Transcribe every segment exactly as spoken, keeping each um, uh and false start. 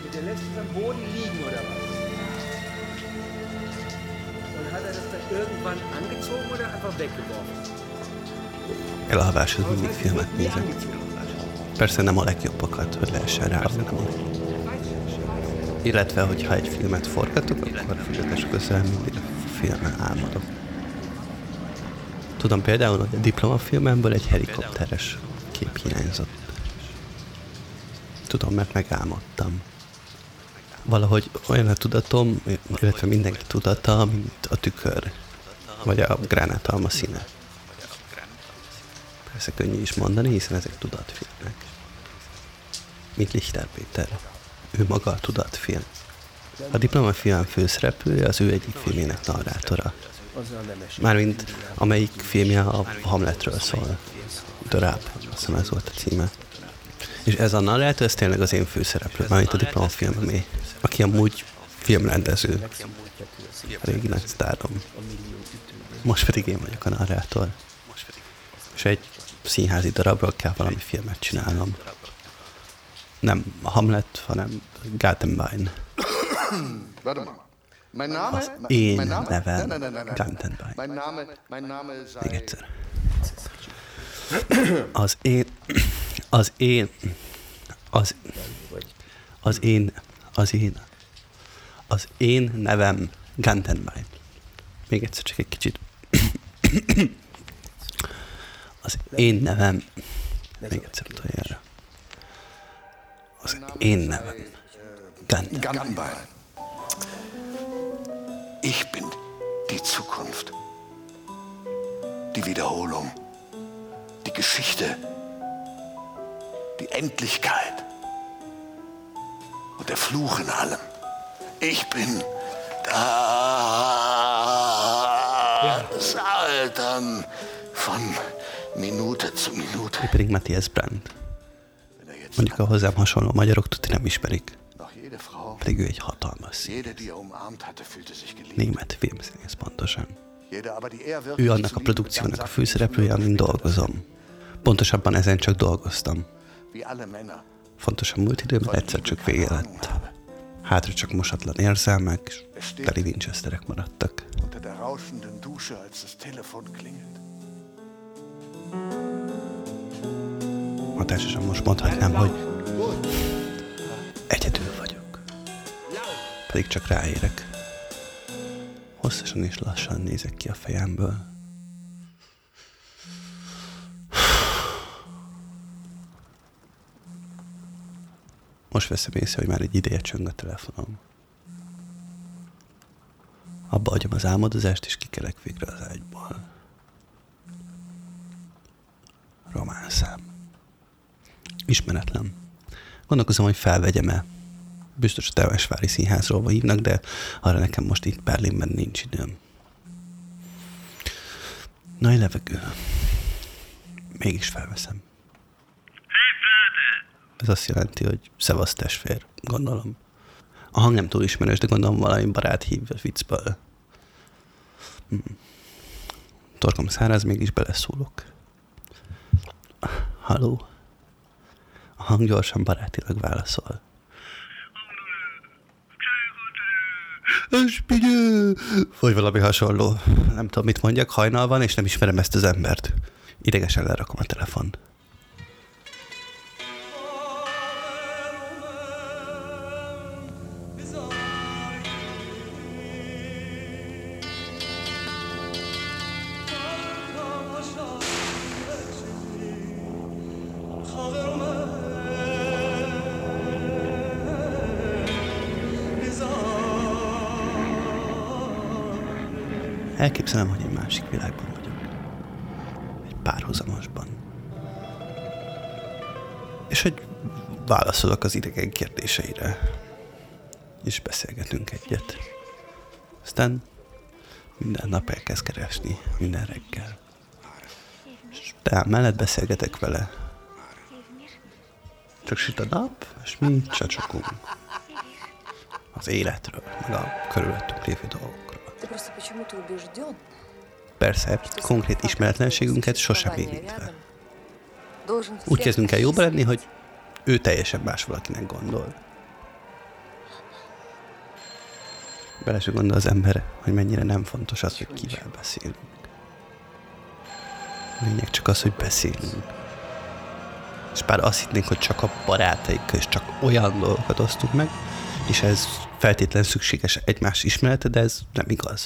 Der lässt es am Boden liegen, oder was? Und hat er das dann irgendwann angezogen oder einfach weggeworfen? Elhalváshoz mindig filmet nézek. Persze nem a legjobbakat, hogy lehessen rávenni. Illetve, hogyha egy filmet forgatok, akkor a fizetés közel mindig a filmen álmodok. Tudom például, hogy a diplomafilmemből egy helikopteres kép hiányzott. Tudom, mert megálmodtam. Valahogy olyan a tudatom, illetve mindenki tudata, mint a tükör, vagy a gránátalma színe. Persze könnyű is mondani, hiszen ezek tudatfilmek. Mint Lichter Péter. Ő maga a tudatfilm. A diplomafilm főszereplője az ő egyik filmének narrátora. Mármint amelyik filmje a Hamletről szól. The Rap, azt hiszem ez volt a címe. És ez a narrátor, ez tényleg az én főszereplő, mármint a diplomafilmemé, aki amúgy filmrendező. Régi nagy sztárom. Most pedig én vagyok a narrátor. És egy színházi darabról kell valami filmet csinálnom. Nem Hamlet, hanem Gantenbein. Az én nevem Gantenbein. Még egyszer. Az én... Az én... Az... Az én... Az én... Az én nevem Gantenbein. Még egyszer csak egy kicsit. Az én nevem... Még egyszer utoljára. Az én nevem Gantenbein. Ich bin die Zukunft. Die Wiederholung. Die Geschichte. Die Endlichkeit. Und der Fluch in allem. Ich bin das Altern von Minute zu Minute. Én pedig Matthias Brandt. Mondjuk a hozzám hasonló magyarok tuti nem ismerik. Pedig ő egy hatalmas színész. Német filmszínész pontosan. Ő annak a produkciónak a főszereplője, amin dolgozom. Pontosabban ezen csak dolgoztam. Fontos a múlt időben egyszer csak vége lett. Hátra csak mosatlan érzelmek, és teli Winchesterek maradtak. Hatásosan most mondhatnám, hogy egyedül vagyok. Pedig csak ráérek. Hosszasan és lassan nézek ki a fejemből. Most veszem észre, hogy már egy ideje csöng a telefonom. Abba hagyom az álmodozást, és kikelek végre az ágyból. Román szám. Ismeretlen. Gondolkozom, hogy felvegyem-e. Biztos a Temesvári Színházról hívnak, de arra nekem most itt Berlinben nincs időm. Nagy levegő. Mégis felveszem. Ez azt jelenti, hogy szevasz testvér, gondolom. A hang nem túl ismerős, de gondolom valami barát hív a viccből. Hm. Torkom száraz, mégis beleszólok. Halló? A hang gyorsan barátilag válaszol. Espigyő! Vagy valami hasonló. Nem tudom, mit mondjak, hajnal van, és nem ismerem ezt az embert. Idegesen lerakom a telefont. Elképzelem, hogy egy másik világban vagyok. Egy párhuzamosban. És hogy válaszolok az idegen kérdéseire. És beszélgetünk egyet. Aztán minden nap elkezd keresni, minden reggel. És te mellett beszélgetek vele. Csak süt a nap, és mi csacsokunk. Az életről, meg a körülöttünk lévő dolgokról. Persze, konkrét ismeretlenségünket sosem érintve. Úgy kezdünk el jóba lenni, hogy ő teljesen más valakinek gondol. Bele se gondol az ember, hogy mennyire nem fontos az, hogy kivel beszélünk. A lényeg csak az, hogy beszélünk. És bár azt hitnénk, hogy csak a barátaikkal és csak olyan dolgokat osztunk meg, és ez feltétlenül szükséges egymás ismerete, de ez nem igaz.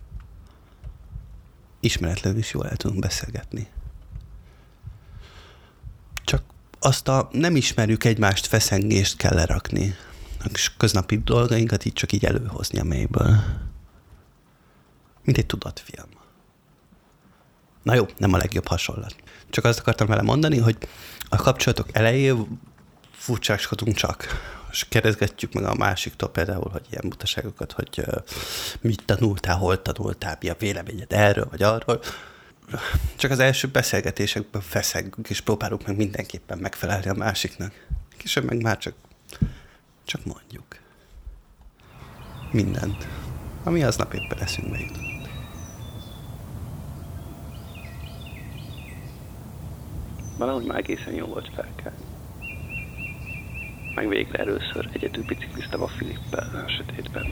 Ismeretlenül is jól el tudunk beszélgetni. Csak azt a nem ismerjük egymást feszengést kell lerakni. És köznapi dolgainkat így csak így előhozni a mélyből. Mint egy tudatfilm. Na jó, nem a legjobb hasonlat. Csak azt akartam vele mondani, hogy a kapcsolatok elején furcsáskodunk csak, és kérdezgetjük meg a másiktól például, hogy ilyen butaságokat, hogy uh, mit tanultál, hol tanultál, mi a véleményed erről vagy arról. Csak az első beszélgetésekben feszengünk, és próbálunk meg mindenképpen megfelelni a másiknak. Később meg már csak, csak mondjuk. Mindent, ami aznap éppen eszünkbe jutott. Valahogy már egészen jó volt felkelni. Meg végre először egyedül bicikliztem a Filippel a sötétben.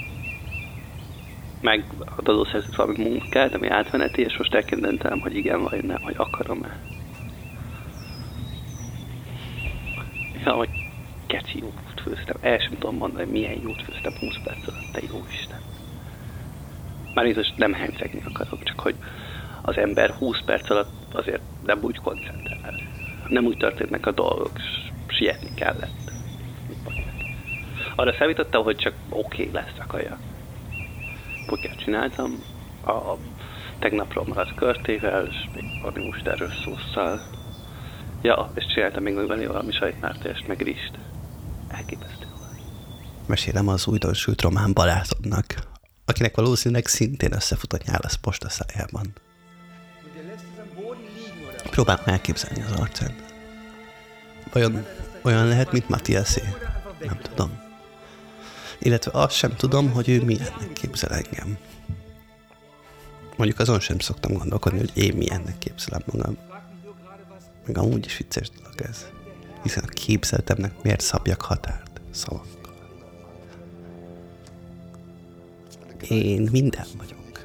Meg a dadó szerzett valami munkát, ami átmeneti, és most elkendentem, hogy igen vagy nem, hogy akarom-e. Ja, hogy kecsi jót főztem. El sem tudom mondani, hogy milyen jót főztem húsz perc alatt, te jó Isten. Már most nem hencegni akarok, csak hogy az ember húsz perc alatt azért nem úgy koncentrál. Nem úgy történnek a dolgok, és sietni kellett. Arra számítottam, hogy csak oké okay lesz a kaja. Putyát csináltam, a tegnapról maradt körtével, és még valami mustáros szósszal. Ja, és csináltam még valami, valami sajtmártást, meg rist. Elképesztő volt. Mesélem az újdonsült román barátomnak, akinek valószínűleg szintén összefut a nyálasz postaszájában. Próbálom elképzelni az arcán. Vajon olyan lehet, mint Matthiasé? Nem tudom. Illetve azt sem tudom, hogy ő milyennek képzel engem. Mondjuk azon sem szoktam gondolkodni, hogy én milyennek képzelem magam. Meg amúgy is vicces dolog ez. Hiszen a képzeletemnek miért szabjak határt szavakkal. Én minden vagyok.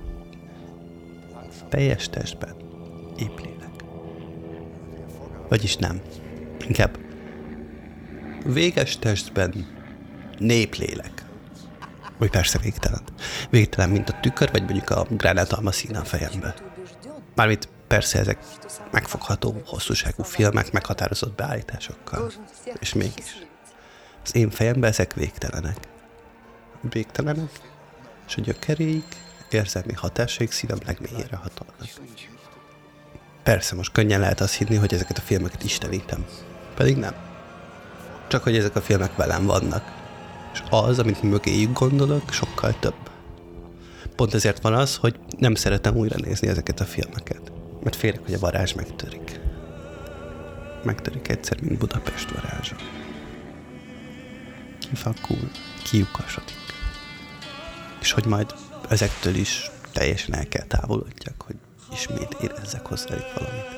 Teljes testben. Épp lélek. Vagyis nem. Inkább véges testben néplélek. Vagy persze végtelen. Végtelen, mint a tükör, vagy mondjuk a gránátalma színe a fejembe. Mármint persze ezek megfogható, hosszúságú filmek meghatározott beállításokkal. És mégis. Az én fejemben ezek végtelenek. Végtelenek, és a gyökeréig, érzelmi hatásaik szívem legmélyére hatolnak. Persze, most könnyen lehet azt hinni, hogy ezeket a filmeket istenítem. Pedig nem. Csak hogy ezek a filmek velem vannak. És az, amit mögéjük gondolok, sokkal több. Pont ezért van az, hogy nem szeretem újra nézni ezeket a filmeket. Mert félek, hogy a varázs megtörik. Megtörik egyszer, mint Budapest varázsa. Kifakul, kiukasodik. És hogy majd ezektől is teljesen el kell távolodjak, hogy ismét érezzek hozzájuk valamit.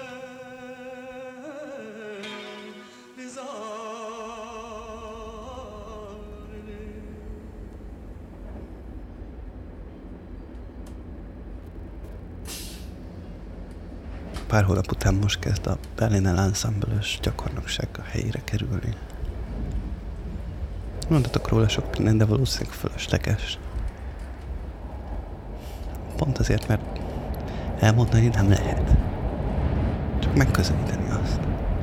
Pár hónap után most kezd a Berliner Ensemble-ös gyakornokság a helyére kerülni. Mondatok róla sok minden, de valószínűleg fölösleges. Pont azért, mert elmondani nem lehet. Csak megközelíteni azt.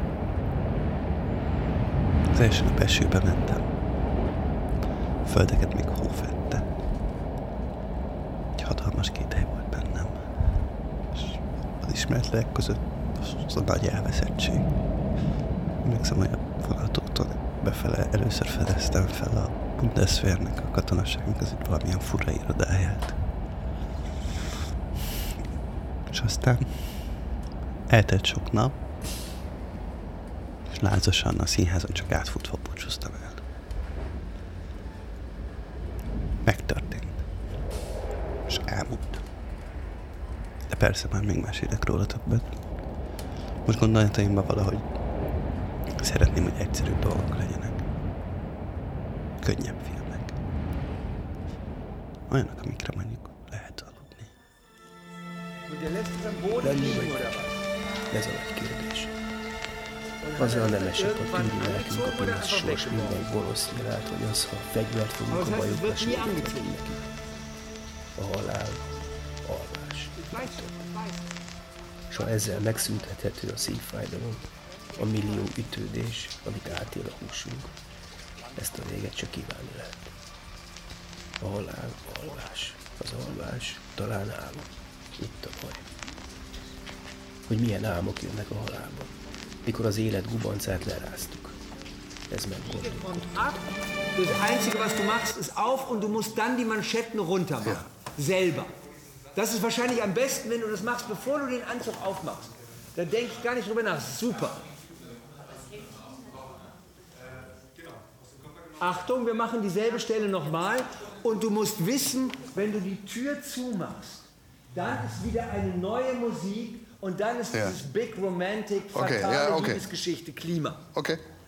Az első nap esőbe mentem. A földeket még hó fette. Egy hatalmas kéthely volt bennem. És az ismeretlenek között az a nagy elveszettség. Emlékszem, hogy a vonatóton befele először fedeztem fel a Bundeswehrnek, a katonaságnak az itt valamilyen fura irodáját. És aztán eltelt sok nap, és lázasan a színházon csak átfutva búcsúztam el. Megtörtént. És elmúlt. De persze már még mesélek róla többet. Most gondolataimban valahogy szeretném, hogy egyszerűbb dolgok legyenek. Könnyebb filmek. olyanok, amikre mondjuk lehet aludni. Nem vagy. Ez a nagy kérdés. Azzal nem esett, hogy tűri nekünk a piac sors minden gonosz jelát, hogy az, ha fegyvert fogunk a bajokra, segíthetünk nekik. A halál, alvás. És ha ezzel megszüntethető a szívfájdalom, a millió ütődés, amit átél a húsunk, ezt a véget csak kívánni lehet. A halál, alvás, az alvás, talán álom. Itt a baj. Hogy milyen álmok jönnek a halálban, mikor az élet gubancát leráztuk. Ez meggondolkodik. Das Einzige, was du machst, ist auf und du musst dann die Manschetten runter machen. Ja. Selber. Das ist wahrscheinlich am besten, wenn du das machst, bevor du den Anzug aufmachst. Da denke ich gar nicht drüber nach. Super. Achtung, wir machen dieselbe Stelle nochmal. Und du musst wissen, wenn du die Tür zumachst, dann ist wieder eine neue Musik und dann ist ja. dieses Big Romantic, fatale okay, ja, okay. Liebesgeschichte, Klima. Okay.